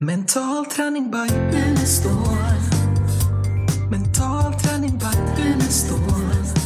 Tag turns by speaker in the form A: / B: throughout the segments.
A: Mental träning by Unestål. Mental träning by Unestål.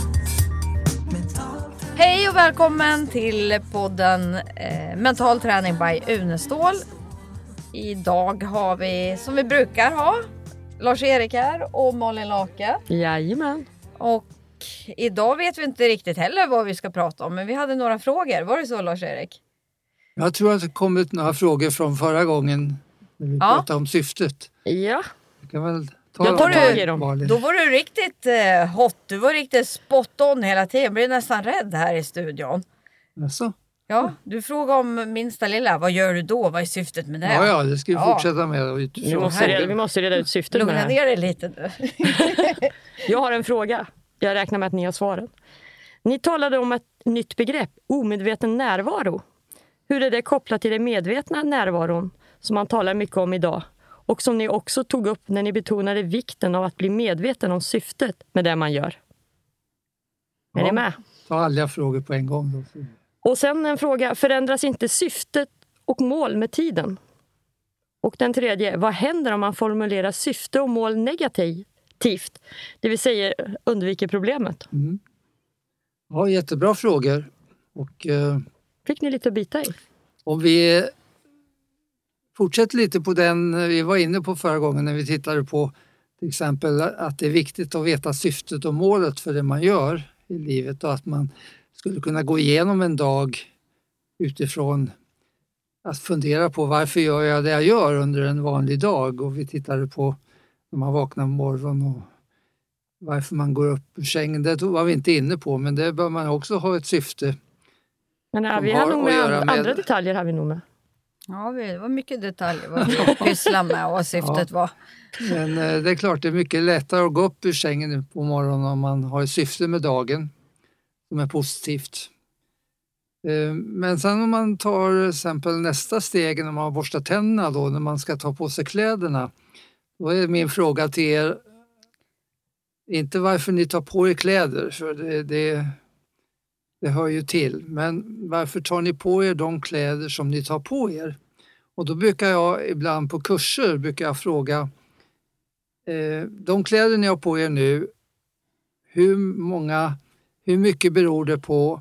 B: Hej och välkommen till podden Mental träning by Unestål. Idag har vi, som vi brukar ha, Lars-Erik här och Malin Lake.
C: Jajamän.
B: Och idag vet vi inte riktigt heller vad vi ska prata om, men vi hade några frågor. Var det så, Lars-Erik?
D: Jag tror att det kommit några frågor från förra gången när vi pratade om syftet.
C: Ja.
D: Jag kan väl
C: Jag tar tag i dem.
B: Då var du riktigt hot. Du var riktigt spot on hela tiden. Jag blev nästan rädd här i studion.
D: Jaså?
B: Ja, du frågar om minsta lilla. Vad gör du då? Vad är syftet med det?
D: Ja, det ska vi fortsätta med.
C: Vi måste reda ut syftet med det.
B: Lugna ner dig lite nu.
C: Jag har en fråga. Jag räknar med att ni har svaren. Ni talade om ett nytt begrepp, omedveten närvaro. Hur är det kopplat till den medvetna närvaron som man talar mycket om idag? Och som ni också tog upp när ni betonade vikten av att bli medveten om syftet med det man gör. Är ni med?
D: Ta alla frågor på en gång då.
C: Och sen en fråga, förändras inte syftet och mål med tiden? Och den tredje, vad händer om man formulerar syfte och mål negativt? Det vill säga undviker problemet.
D: Mm. Ja, jättebra frågor. Och
C: fick ni lite att bita i?
D: Om vi fortsätter lite på den vi var inne på förra gången när vi tittade på till exempel att det är viktigt att veta syftet och målet för det man gör i livet och att man skulle kunna gå igenom en dag utifrån att fundera på varför gör jag det jag gör under en vanlig dag, och vi tittade på när man vaknar på morgonen och varför man går upp ur sängen. Det var vi inte inne på, men det bör man också ha ett syfte.
C: Men vi har nog med andra detaljer har vi nog med.
B: Ja, det var mycket detaljer vad vi pysslar med och vad syftet var.
D: Men det är klart, det är mycket lättare att gå upp ur sängen på morgonen om man har ett syfte med dagen som är positivt. Men sen om man tar till exempel nästa steg när man borstar tänderna då, när man ska ta på sig kläderna, då är min fråga till er inte varför ni tar på er kläder, för det hör ju till, men varför tar ni på er de kläder som ni tar på er? Och då brukar jag ibland på kurser fråga de kläder ni har på er nu, hur mycket beror det på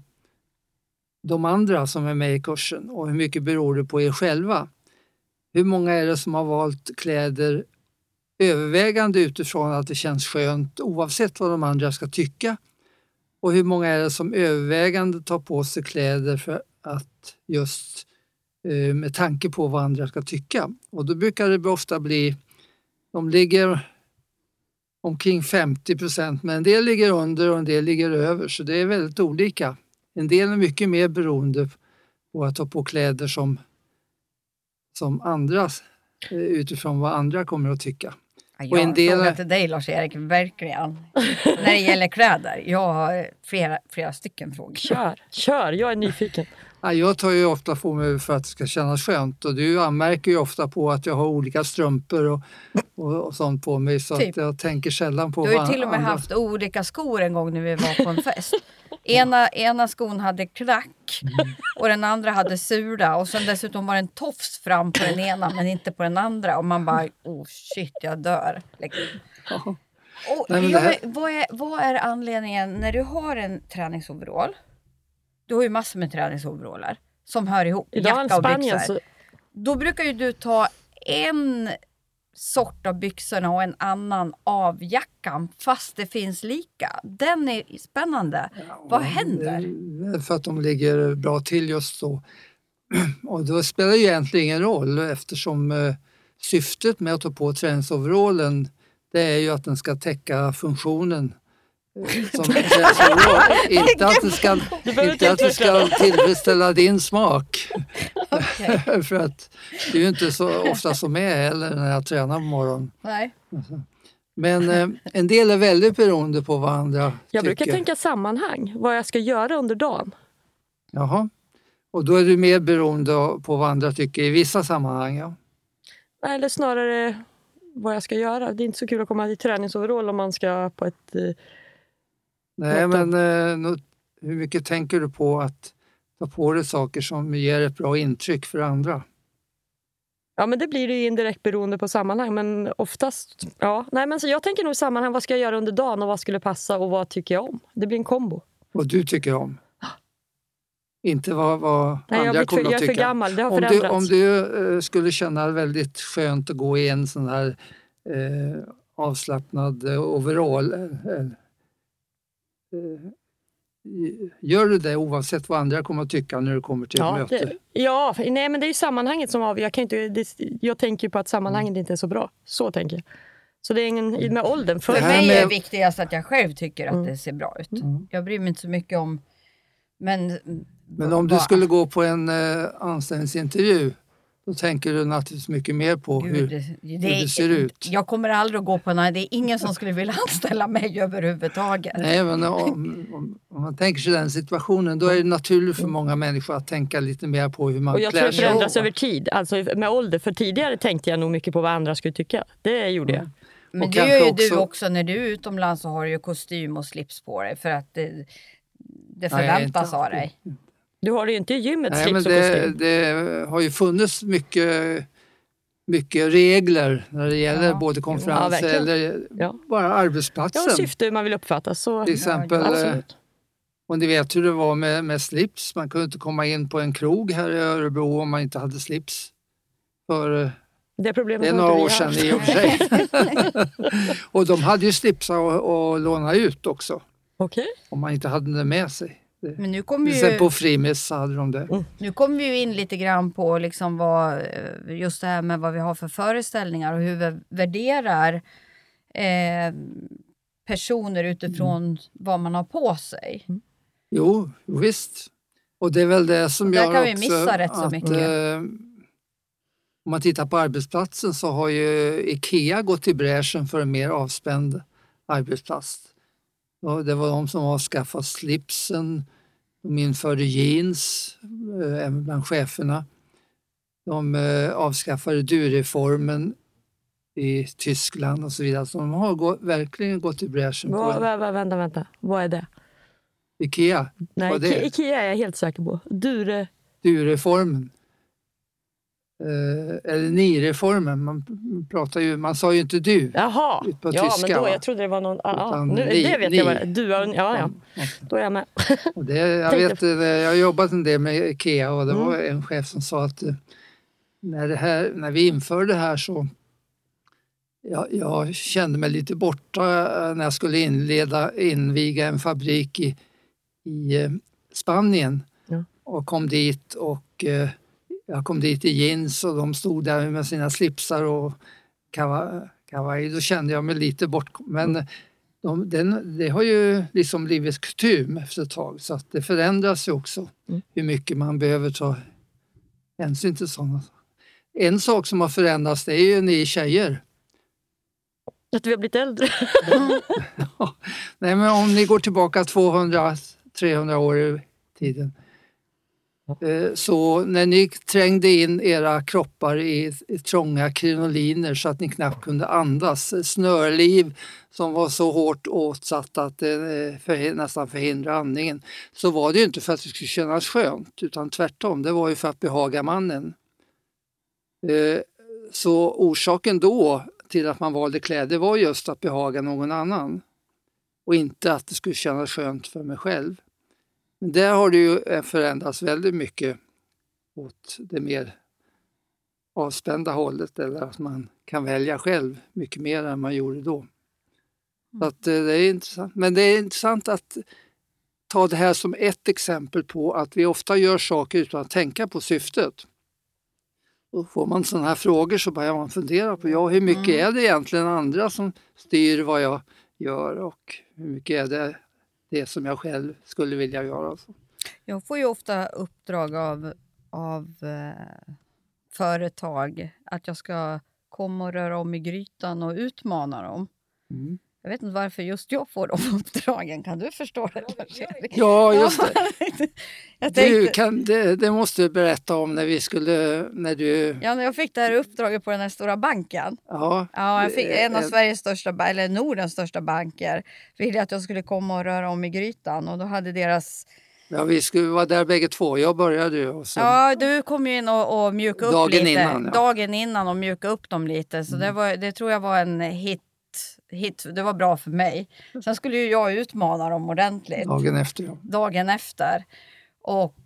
D: de andra som är med i kursen och hur mycket beror det på er själva? Hur många är det som har valt kläder övervägande utifrån att det känns skönt oavsett vad de andra ska tycka? Och hur många är det som övervägande tar på sig kläder för att just med tanke på vad andra ska tycka? Och då brukar det ofta bli, de ligger omkring 50%, men en del ligger under och en del ligger över, så det är väldigt olika. En del är mycket mer beroende på att ta på kläder som andra, utifrån vad andra kommer att tycka.
B: Jag har frågat till dig, Lars-Erik, verkligen. När det gäller kläder. Jag har flera stycken frågor.
C: Kör, jag är nyfiken.
D: Jag tar ju ofta på mig för att det ska kännas skönt. Och du anmärker ju ofta på att jag har olika strumpor och sånt på mig. Så att jag tänker sällan på
B: du har ju till och med haft olika skor en gång när vi var på en fest. Ena skon hade klack och den andra hade sula. Och sen dessutom var det en tofs fram på den ena men inte på den andra. Och man bara, shit, jag dör. Och vad är anledningen när du har en träningsoverall? Du har ju massor med träningsoveraller som hör ihop. Jacka och byxor. Då brukar ju du ta en sort av byxorna och en annan av jackan fast det finns lika. Den är spännande. Vad händer?
D: För att de ligger bra till just så. Och då spelar det ju egentligen ingen roll eftersom syftet med att ta på träningsoverallen det är ju att den ska täcka funktionen som inte att det ska tillfredsställa din smak. Okay. För att det är ju inte så ofta som är heller när jag tränar på morgonen.
B: Nej.
D: Men en del är väldigt beroende på vad andra tycker.
C: Jag brukar tänka sammanhang, vad jag ska göra under dagen.
D: Jaha. Och då är du mer beroende på vad andra tycker i vissa sammanhang, ja.
C: Eller snarare vad jag ska göra. Det är inte så kul att komma till träningsoverall om man ska på ett...
D: Nej, men hur mycket tänker du på att ta på dig saker som ger ett bra intryck för andra?
C: Ja, men det blir ju indirekt beroende på sammanhang. Men oftast, så jag tänker nog sammanhang. Vad ska jag göra under dagen och vad skulle passa och vad tycker jag om? Det blir en kombo.
D: Vad du tycker om. Inte vad
C: Nej,
D: andra kommer att tycka.
C: Jag är för gammal, det har förändrats.
D: Om du skulle känna väldigt skönt att gå i en sån här avslappnad overall. Gör du det oavsett vad andra kommer att tycka när du kommer till ett möte?
C: Men det är ju sammanhanget som avgör. Jag tänker på att sammanhanget inte är så bra. Så tänker jag. Så det är ingen med åldern.
B: För mig är det viktigast att jag själv tycker att det ser bra ut. Jag bryr mig inte så mycket om... Men
D: om du skulle gå på en anställningsintervju, då tänker du naturligtvis mycket mer på hur det ser ut.
B: Jag kommer aldrig att gå på det är ingen som skulle vilja anställa mig överhuvudtaget.
D: Nej, men om man tänker sig den situationen, då är det naturligt för många människor att tänka lite mer på hur man klär sig.
C: Och jag tror det förändras över tid, alltså med ålder. För tidigare tänkte jag nog mycket på vad andra skulle tycka. Det gjorde jag.
B: Men det gör ju du också när du är utomlands, så har du ju kostym och slips på dig för att det förväntas av dig.
C: Du har ju inte i gymmet
D: slips
C: och kostym.
D: Det har ju funnits mycket regler när det gäller både konferenser eller bara arbetsplatsen.
C: Ja, syfte man vill uppfatta. Så,
D: till exempel, och ni vet hur det var med slips. Man kunde inte komma in på en krog här i Örebro om man inte hade slips. För det är några år sedan i och för sig. Och de hade ju slipsar och låna ut också.
C: Okay.
D: Om man inte hade det med sig.
B: Men nu kommer
D: sen på Frimis hade de det.
B: Nu kommer vi ju in lite grann på liksom just det här med vad vi har för föreställningar och hur vi värderar personer utifrån vad man har på sig.
D: Jo, visst. Och det är väl det som gör
B: där kan vi missa rätt så mycket.
D: Om man tittar på arbetsplatsen så har ju IKEA gått i bräschen för en mer avspänd arbetsplats. Och det var de som avskaffade slipsen. De införde jeans, även bland cheferna. De avskaffade du-reformen i Tyskland och så vidare. Så de har verkligen gått i bräschen.
C: Vänta. Vad är det?
D: IKEA.
C: Nej, IKEA är jag helt säker på.
D: Du-reformen. Eller ni-reformen. Man sa ju inte du.
C: Jaha,
D: på tyska,
C: men då jag trodde det var någon det vet jag vad du. Då är jag med.
D: Och jag har jobbat en del med IKEA och det var en chef som sa att när vi införde det här så jag kände mig lite borta när jag skulle inviga en fabrik i Spanien och kom dit och jag kom dit i jeans och de stod där med sina slipsar och kavaj. Då kände jag mig lite bort. Men det har ju liksom blivit kutym efter ett tag. Så att det förändras ju också hur mycket man behöver ta hänsyn till sådana. En sak som har förändrats, det är ju ni tjejer.
C: Att vi har blivit äldre.
D: Nej, men om ni går tillbaka 200-300 år i tiden. Så när ni trängde in era kroppar i trånga krinoliner så att ni knappt kunde andas, snörliv som var så hårt åtsatt att det nästan förhindrar andningen, så var det ju inte för att det skulle kännas skönt utan tvärtom, det var ju för att behaga mannen. Så orsaken då till att man valde kläder var just att behaga någon annan och inte att det skulle kännas skönt för mig själv. Men där har det ju förändrats väldigt mycket åt det mer avspända hållet, eller att man kan välja själv mycket mer än man gjorde då. Så att det är intressant. Men det är intressant att ta det här som ett exempel på att vi ofta gör saker utan att tänka på syftet. Och får man sådana här frågor så börjar man fundera på hur mycket är det egentligen andra som styr vad jag gör och hur mycket är det som jag själv skulle vilja göra.
B: Jag får ju ofta uppdrag av företag att jag ska komma och röra om i grytan och utmana dem. Jag vet inte varför just jag får de uppdragen. Kan du förstå det?
D: Ja, just det. Det måste du berätta om när du...
B: Ja, när jag fick det här uppdraget på den här stora banken.
D: Ja,
B: jag fick en av Sveriges största, eller Nordens största banker. Ville att jag skulle komma och röra om i grytan. Och då hade deras
D: Ja, vi skulle vara där bägge två. Jag började ju. Och så...
B: Ja, du kom ju in och mjuka upp
D: Dagen
B: lite.
D: innan, ja.
B: Dagen innan och mjuka upp dem lite. Så det tror jag var en hit. Det var bra för mig. Sen skulle ju jag utmana dem ordentligt.
D: Dagen efter, ja.
B: Dagen efter. Och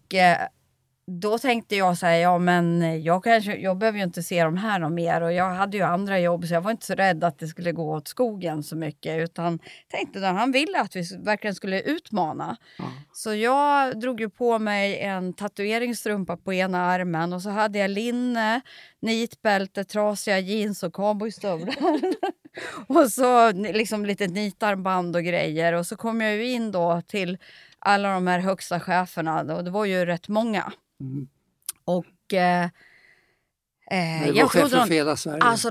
B: då tänkte jag så här, ja men jag behöver ju inte se dem här någon mer. Och jag hade ju andra jobb så jag var inte så rädd att det skulle gå åt skogen så mycket. Utan tänkte att han ville att vi verkligen skulle utmana.
D: Ja.
B: Så jag drog ju på mig en tatueringsstrumpa på ena armen. Och så hade jag linne, nitbälte, trasiga jeans och cowboystövlar. Och så liksom lite nitarmband och grejer. Och så kom jag ju in då till alla de här högsta cheferna. Och det var ju rätt många.
D: Mm.
B: Och
D: Det var chefer för hela Sverige.
B: alltså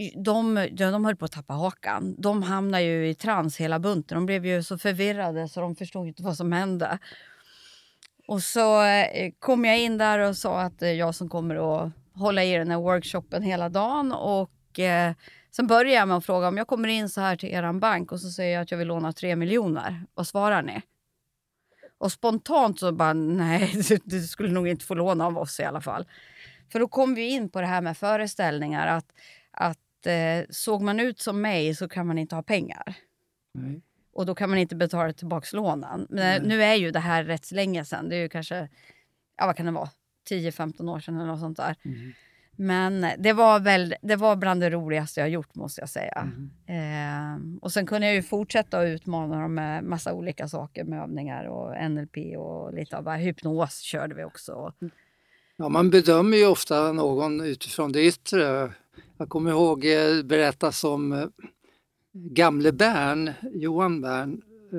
B: de höll på att tappa hakan. De hamnade ju i trans hela bunten. De blev ju så förvirrade så de förstod inte vad som hände. Och så kom jag in där och sa att jag som kommer att hålla i den här workshopen hela dagen. Och sen började jag med att fråga om jag kommer in så här till eran bank och så säger jag att jag vill låna 3 miljoner. Vad svarar ni? Och spontant så bara, nej, du skulle nog inte få låna av oss i alla fall. För då kom vi in på det här med föreställningar. Att såg man ut som mig så kan man inte ha pengar.
D: Nej.
B: Och då kan man inte betala tillbaka lånen. Men nu är ju det här rätt länge sedan. Det är ju kanske, ja vad kan det vara? 10-15 år sedan eller något sånt där.
D: Mm.
B: Men det var bland det roligaste jag gjort måste jag säga. Och sen kunde jag ju fortsätta att utmana dem med massa olika saker. Med övningar och NLP och lite av hypnos körde vi också.
D: Ja, man bedömer ju ofta någon utifrån det yttre. Jag kommer ihåg berättas om gamle Bern, Johan Bern.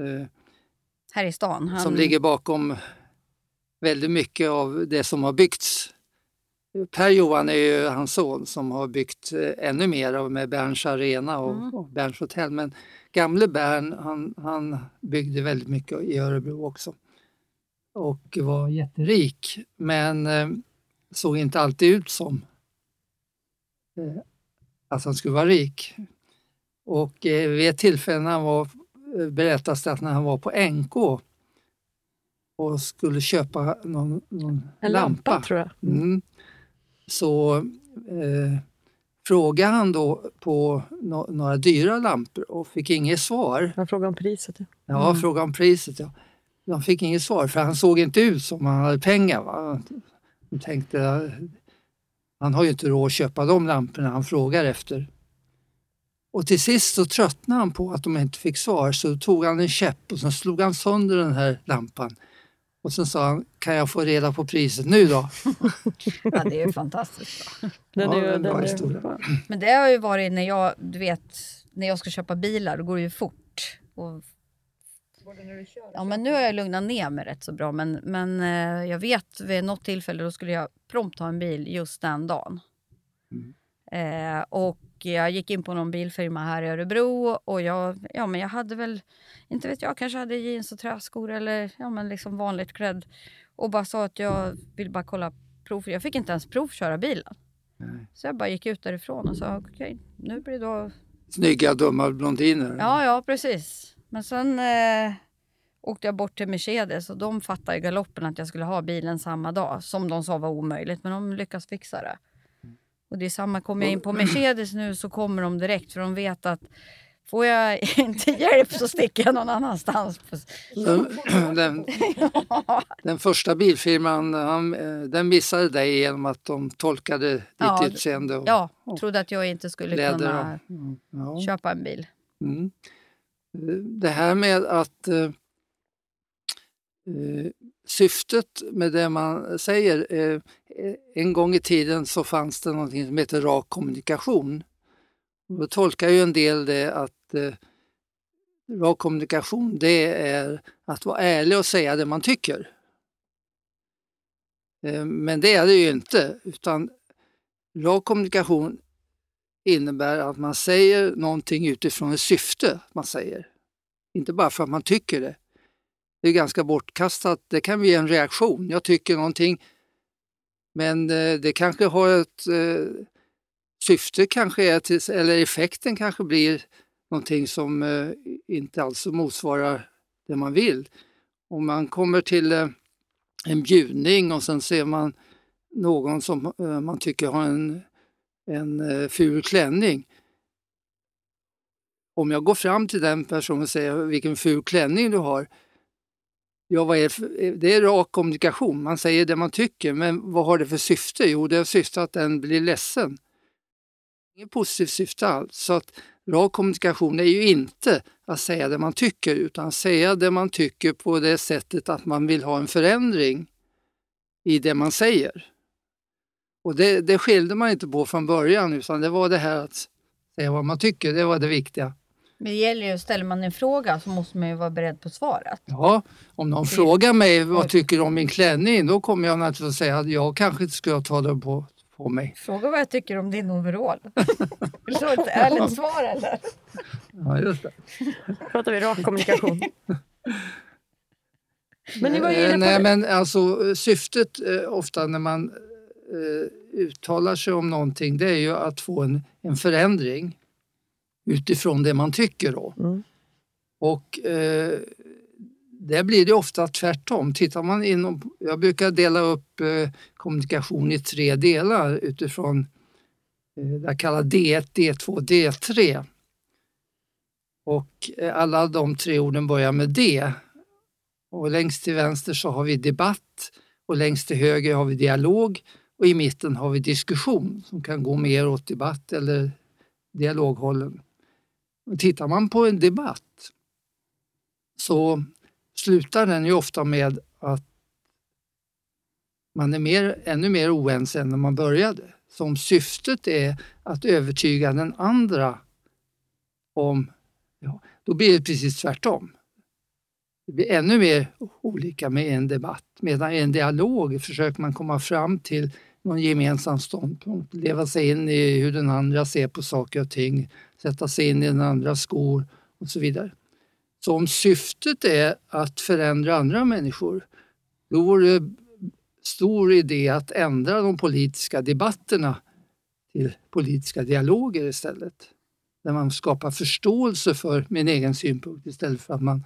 B: Här i stan.
D: Som ligger bakom väldigt mycket av det som har byggts. Per Johan är ju hans son som har byggt ännu mer med Berns Arena och Berns Hotell. Men gamle Bern, han byggde väldigt mycket i Örebro också. Och var jätterik, men såg inte alltid ut som att han skulle vara rik. Och vid ett tillfälle när han var, berättas det att när han var på NK och skulle köpa någon
C: en lampa tror jag.
D: Så frågade han då på några dyra lampor och fick inget svar.
C: Jag frågade om priset.
D: Ja, frågade om priset. Ja. De fick inget svar för han såg inte ut som han hade pengar. Va? De tänkte, han har ju inte råd att köpa de lamporna han frågar efter. Och till sist så tröttnade han på att de inte fick svar så tog han en käpp och så slog han sönder den här lampan. Och sen sa han, kan jag få reda på priset nu då?
B: Ja, det är ju fantastiskt bra.
D: Den är bra historia.
B: Men det har ju varit när jag ska köpa bilar, då går det ju fort. Och ja, men nu har jag lugnat ner mig rätt så bra. Men jag vet vid något tillfälle då skulle jag prompt ha en bil just den dagen. Och jag gick in på någon bilfirma här i Örebro och jag hade väl, inte vet jag, kanske hade jeans och träskor eller men liksom vanligt klädd. Och bara sa att jag vill bara kolla prov. Jag fick inte ens provköra bilen. Nej. Så jag bara gick ut därifrån och sa okej, nu blir det då...
D: Snygga, dumma blondiner.
B: Ja, precis. Men sen åkte jag bort till Mercedes och de fattade i galoppen att jag skulle ha bilen samma dag. Som de sa var omöjligt, men de lyckas fixa det. Och det är samma, kommer jag in på Mercedes nu så kommer de direkt. För de vet att får jag inte hjälp så sticker jag någon annanstans.
D: Den första bilfirman, den missade dig genom att de tolkade ditt utseende. Och
B: trodde att jag inte skulle kunna köpa en bil.
D: Mm. Det här med att syftet med det man säger, en gång i tiden så fanns det någonting som heter rak kommunikation. Och då tolkar ju en del det att rak kommunikation det är att vara ärlig och säga det man tycker. Men det är det ju inte, utan rak kommunikation innebär att man säger någonting utifrån ett syfte man säger. Inte bara för att man tycker det. Det är ganska bortkastat. Det kan bli en reaktion. Jag tycker någonting, men det kanske har ett syfte kanske är eller effekten kanske blir någonting som inte alls motsvarar det man vill. Om man kommer till en bjudning och sen ser man någon som man tycker har en ful klänning. Om jag går fram till den personen och säger vilken ful klänning du har. Ja, det är rak kommunikation. Man säger det man tycker, men vad har det för syfte? Jo, det är syfte att den blir ledsen. Inget positivt syfte alls. Så att rak kommunikation är ju inte att säga det man tycker, utan säga det man tycker på det sättet att man vill ha en förändring i det man säger. Och det skilde man inte på från början, utan det var det här att säga vad man tycker, det var det viktiga.
B: Men det gäller ju, ställer man en fråga så måste man ju vara beredd på svaret.
D: Ja, om någon frågar mig vad tycker du om min klänning, då kommer jag naturligtvis att säga att jag kanske inte ska ta den på mig.
B: Fråga vad jag tycker om din overall. Vill du ha ett ärligt svar eller?
D: Ja, just det.
C: Pratar vi rak kommunikation. Men ni var ju inne på
D: Nej,
C: det.
D: men alltså syftet ofta när man uttalar sig om någonting, det är ju att få en förändring utifrån det man tycker då.
C: Mm.
D: Och där blir det ofta tvärtom. Tittar man jag brukar dela upp kommunikation i 3 delar utifrån jag kallar D1, D2, D3. Och alla de 3 orden börjar med D. Och längst till vänster så har vi debatt och längst till höger har vi dialog och i mitten har vi diskussion som kan gå mer åt debatt eller dialoghållen. Och tittar man på en debatt så slutar den ju ofta med att man är ännu mer oense än när man började. Så om syftet är att övertyga den andra om, då blir det precis tvärtom. Det blir ännu mer olika med en debatt. Medan i en dialog försöker man komma fram till någon gemensam ståndpunkt, leva sig in i hur den andra ser på saker och ting, sätta sig in i den andra skor och så vidare. Så om syftet är att förändra andra människor, då vore det stor idé att ändra de politiska debatterna till politiska dialoger istället. Där man skapar förståelse för min egen synpunkt istället för att man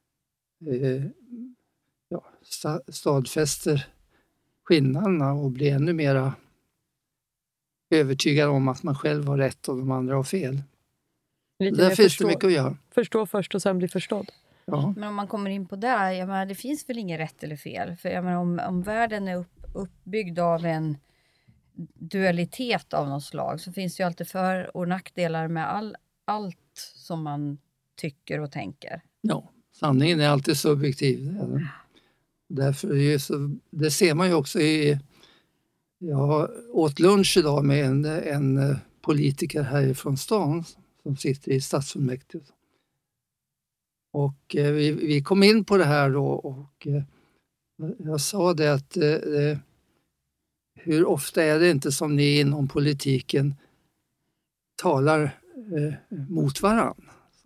D: stadfäster skillnaderna och blir ännu mera övertygad om att man själv har rätt och de andra har fel. Där finns det mycket att göra.
C: Förstå först och sen bli förstådd.
D: Ja.
B: Men om man kommer in på det, jag menar, det finns väl inget rätt eller fel. För jag menar, om världen är uppbyggd av en dualitet av något slag så finns det ju alltid för- och nackdelar med allt som man tycker och tänker.
D: Ja, sanningen är alltid subjektiv. Därför är det ser man ju också jag åt lunch idag med en politiker härifrån stan som sitter i stadsfullmäktige. Och vi kom in på det här då och jag sa det att hur ofta är det inte som ni inom politiken talar mot varann?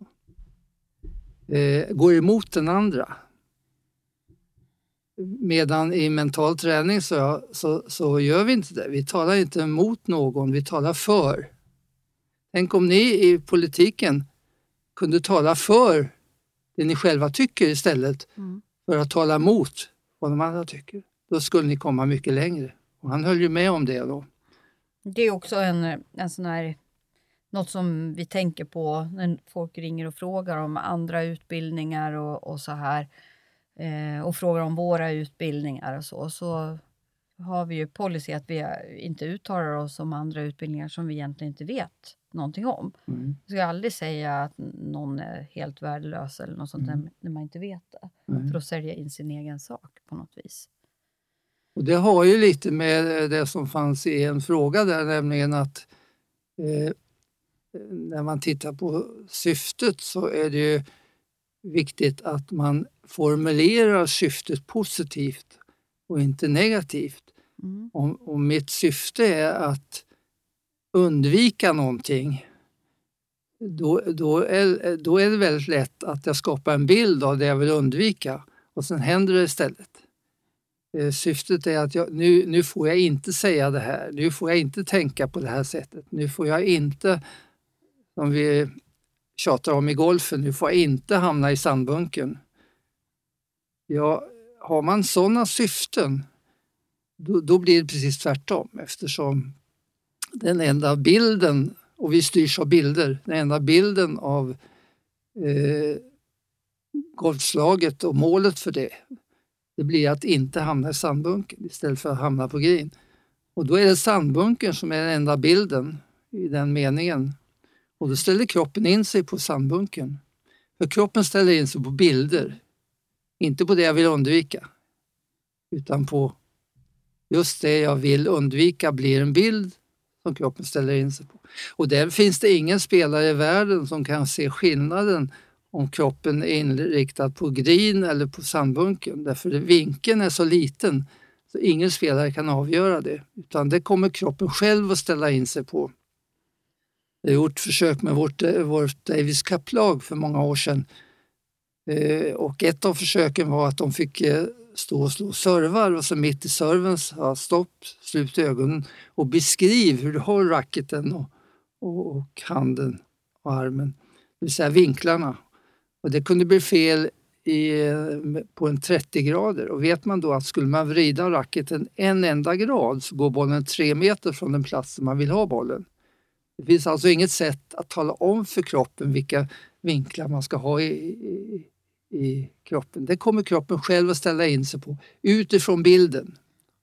D: Går emot den andra. Medan i mental träning så gör vi inte det. Vi talar inte emot någon, vi talar för. Tänk om ni i politiken kunde tala för det ni själva tycker istället för att tala emot vad de andra tycker. Då skulle ni komma mycket längre. Och han höll ju med om det då. Det
B: är också en sån här, något som vi tänker på när folk ringer och frågar om andra utbildningar och så här. Och frågar om våra utbildningar och så har vi ju policy att vi inte uttalar oss om andra utbildningar som vi egentligen inte vet någonting om. Jag ska aldrig säga att någon är helt värdelös eller något sånt där när man inte vet det. För att sälja in sin egen sak på något vis.
D: Och det har ju lite med det som fanns i en fråga där, nämligen att när man tittar på syftet så är det ju viktigt att man formulerar syftet positivt och inte negativt. Om mitt syfte är att undvika någonting, då är det väldigt lätt att jag skapar en bild av det jag vill undvika och sen händer det istället. Syftet är att nu får jag inte säga det här, nu får jag inte tänka på det här sättet, nu får jag inte, som vi tjatar om i golfen, nu får jag inte hamna i sandbunken. Jag har man sådana syften, då blir det precis tvärtom, eftersom den enda bilden, och vi styrs av bilder, den enda bilden av golfslaget och målet för det blir att inte hamna i sandbunken istället för att hamna på green. Och då är det sandbunken som är den enda bilden i den meningen. Och då ställer kroppen in sig på sandbunken. För kroppen ställer in sig på bilder. Inte på det jag vill undvika. Utan på just det jag vill undvika blir en bild som kroppen ställer in sig på. Och där finns det ingen spelare i världen som kan se skillnaden om kroppen är inriktad på green eller på sandbunken. Därför att vinkeln är så liten så ingen spelare kan avgöra det. Utan det kommer kroppen själv att ställa in sig på. Jag har gjort försök med vårt Davis Cup-lag för många år sedan. Och ett av försöken var att de fick stå och slå servar och så mitt i serven sa stopp, slut ögonen och beskriv hur du har racketen och handen och armen. Det vill säga vinklarna. Och det kunde bli fel på en 30 grader. Och vet man då att skulle man vrida racketen en enda grad så går bollen 3 meter från den plats där man vill ha bollen. Det finns alltså inget sätt att tala om för kroppen vilka vinklar man ska ha i kroppen. Det kommer kroppen själv att ställa in sig på utifrån bilden.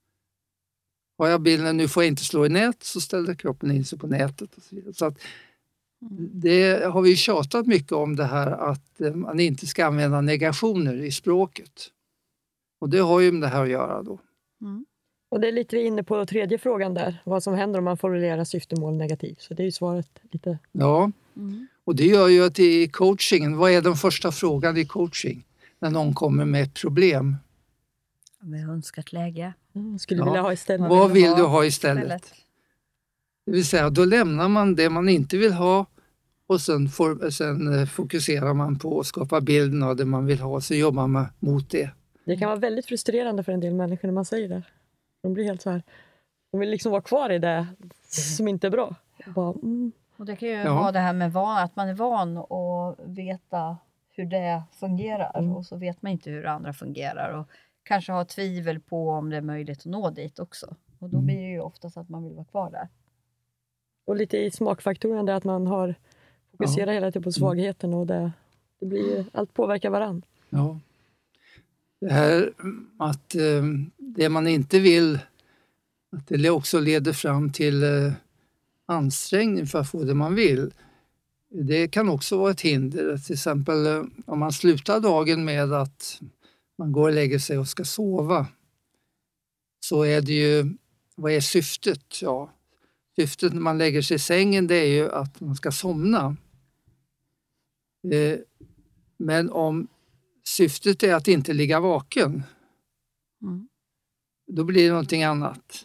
D: Har jag bilden nu får jag inte slå i nät så ställer kroppen in sig på nätet. Och så vidare. Så att det har vi tjatat mycket om det här att man inte ska använda negationer i språket. Och det har ju med det här att göra då.
C: Mm. Och det är lite inne på tredje frågan där. Vad som händer om man formulerar syftemål negativt. Så det är ju svaret lite.
D: Ja, och det gör ju att i coachingen, vad är den första frågan i coaching? När någon kommer med ett problem.
B: Med önskat läge.
C: Skulle vilja ha istället.
D: Vad vill du ha istället? Det vill säga, då lämnar man det man inte vill ha och sen fokuserar man på att skapa bilden av det man vill ha. Så jobbar man mot det.
C: Det kan vara väldigt frustrerande för en del människor när man säger det. De blir helt så här. De vill liksom vara kvar i det som inte är bra.
B: Och det kan ju vara det här med att man är van att veta hur det fungerar. Och så vet man inte hur andra fungerar. Och kanske har tvivel på om det är möjligt att nå dit också. Och då blir det ju oftast att man vill vara kvar där. Och
C: lite i smakfaktorn där att man har fokuserat hela tiden på svagheten. Och det blir ju, allt påverkar varann.
D: Ja. Det här att det man inte vill, att det också leder fram till ansträngning för att få det man vill. Det kan också vara ett hinder. Till exempel om man slutar dagen med att man går och lägger sig och ska sova. Så är det ju, vad är syftet? Ja, syftet när man lägger sig i sängen det är ju att man ska somna. Men om syftet är att inte ligga vaken. Då blir det någonting annat.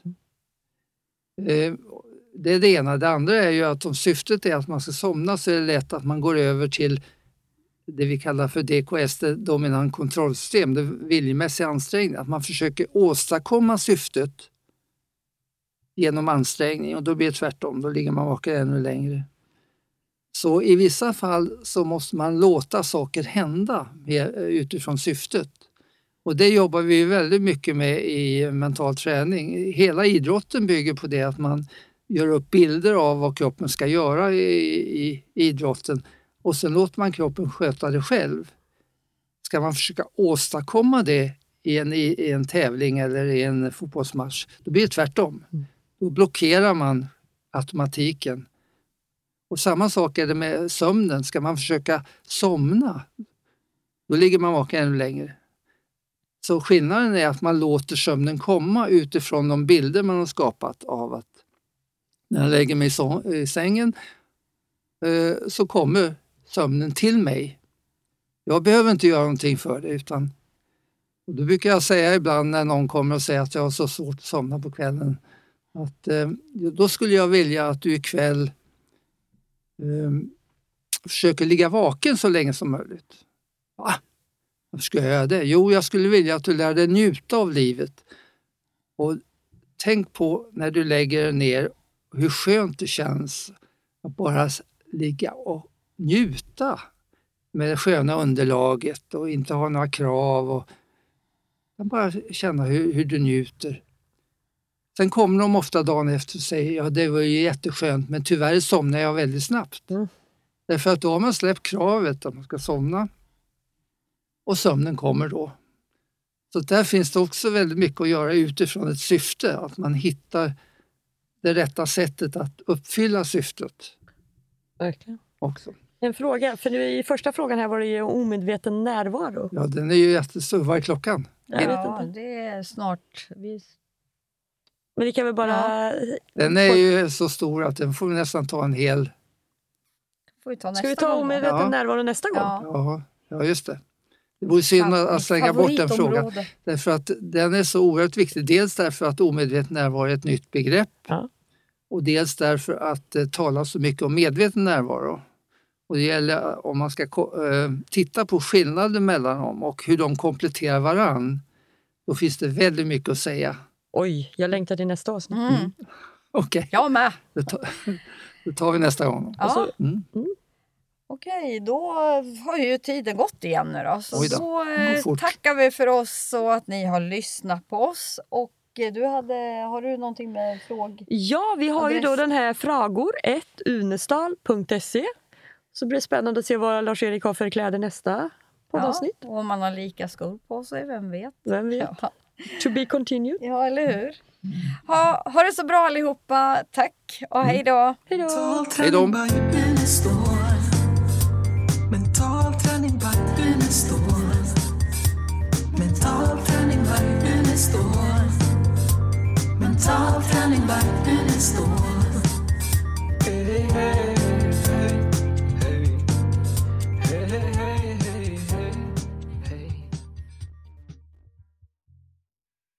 D: Det är det ena. Det andra är ju att om syftet är att man ska somna så är det lätt att man går över till det vi kallar för DKS, det dominant kontrollsystem, det viljemässiga ansträngning. Att man försöker åstadkomma syftet genom ansträngning och då blir det tvärtom. Då ligger man vaken ännu längre. Så i vissa fall så måste man låta saker hända utifrån syftet. Och det jobbar vi väldigt mycket med i mental träning. Hela idrotten bygger på det att man gör upp bilder av vad kroppen ska göra i idrotten. Och sen låter man kroppen sköta det själv. Ska man försöka åstadkomma det i en tävling eller i en fotbollsmatch, då blir det tvärtom. Då blockerar man automatiken. Och samma sak är det med sömnen. Ska man försöka somna, då ligger man vaken ännu längre. Så skillnaden är att man låter sömnen komma utifrån de bilder man har skapat av att när jag lägger mig i sängen så kommer sömnen till mig. Jag behöver inte göra någonting för det utan och då brukar jag säga ibland när någon kommer och säger att jag har så svårt att somna på kvällen att då skulle jag vilja att du ikväll försöker ligga vaken så länge som möjligt. Varför ska jag göra det? Jo, jag skulle vilja att du lär dig njuta av livet. Och tänk på när du lägger ner hur skönt det känns att bara ligga och njuta med det sköna underlaget och inte ha några krav. Bara känna hur du njuter. Sen kommer de ofta dagen efter och säger ja, det var ju jätteskönt, men tyvärr somnar jag väldigt snabbt. Därför att då har man släppt kravet att man ska somna och sömnen kommer då. Så där finns det också väldigt mycket att göra utifrån ett syfte, att man hittar det rätta sättet att uppfylla syftet.
C: Verkligen.
D: Också.
C: En fråga, för i första frågan här var det ju omedveten närvaro.
D: Ja, den är ju jättestor. Vad är klockan?
C: Jag vet inte.
B: Det är snart.
C: Men vi kan väl bara...
D: Den är ju så stor att den får vi nästan ta en hel...
C: Ska vi ta omedveten närvaro nästa gång?
D: Ja, just det. Det vore synd att slänga bort den frågan. Därför att den är så oerhört viktig. Dels därför att omedveten närvaro är ett nytt begrepp.
C: Ja.
D: Och dels därför att det talas så mycket om medveten närvaro. Och det gäller om man ska titta på skillnaden mellan dem och hur de kompletterar varann. Då finns det väldigt mycket att säga.
C: Oj, jag längtar till nästa avsnitt.
D: Okej.
B: Jag med.
D: Det tar vi nästa gång.
B: Ja. Okej, då har ju tiden gått igen nu då. Så tackar vi för oss och att ni har lyssnat på oss. Och har du någonting med frågor?
C: Ja, vi har ju då den här fragor@unestal.se. Så blir det spännande att se vad Lars-Erik har för kläder nästa poddavsnitt.
B: Ja, och om man har lika skor på sig, vem vet?
C: Vem vet?
B: Ja.
C: To be continued.
B: Ja, eller hur? Ha det så bra allihopa. Tack och hej då.
C: Hej då.
A: Mental träning by Unestål. Mental träning by Unestål. Mental träning by Unestål. Mental träning by Unestål.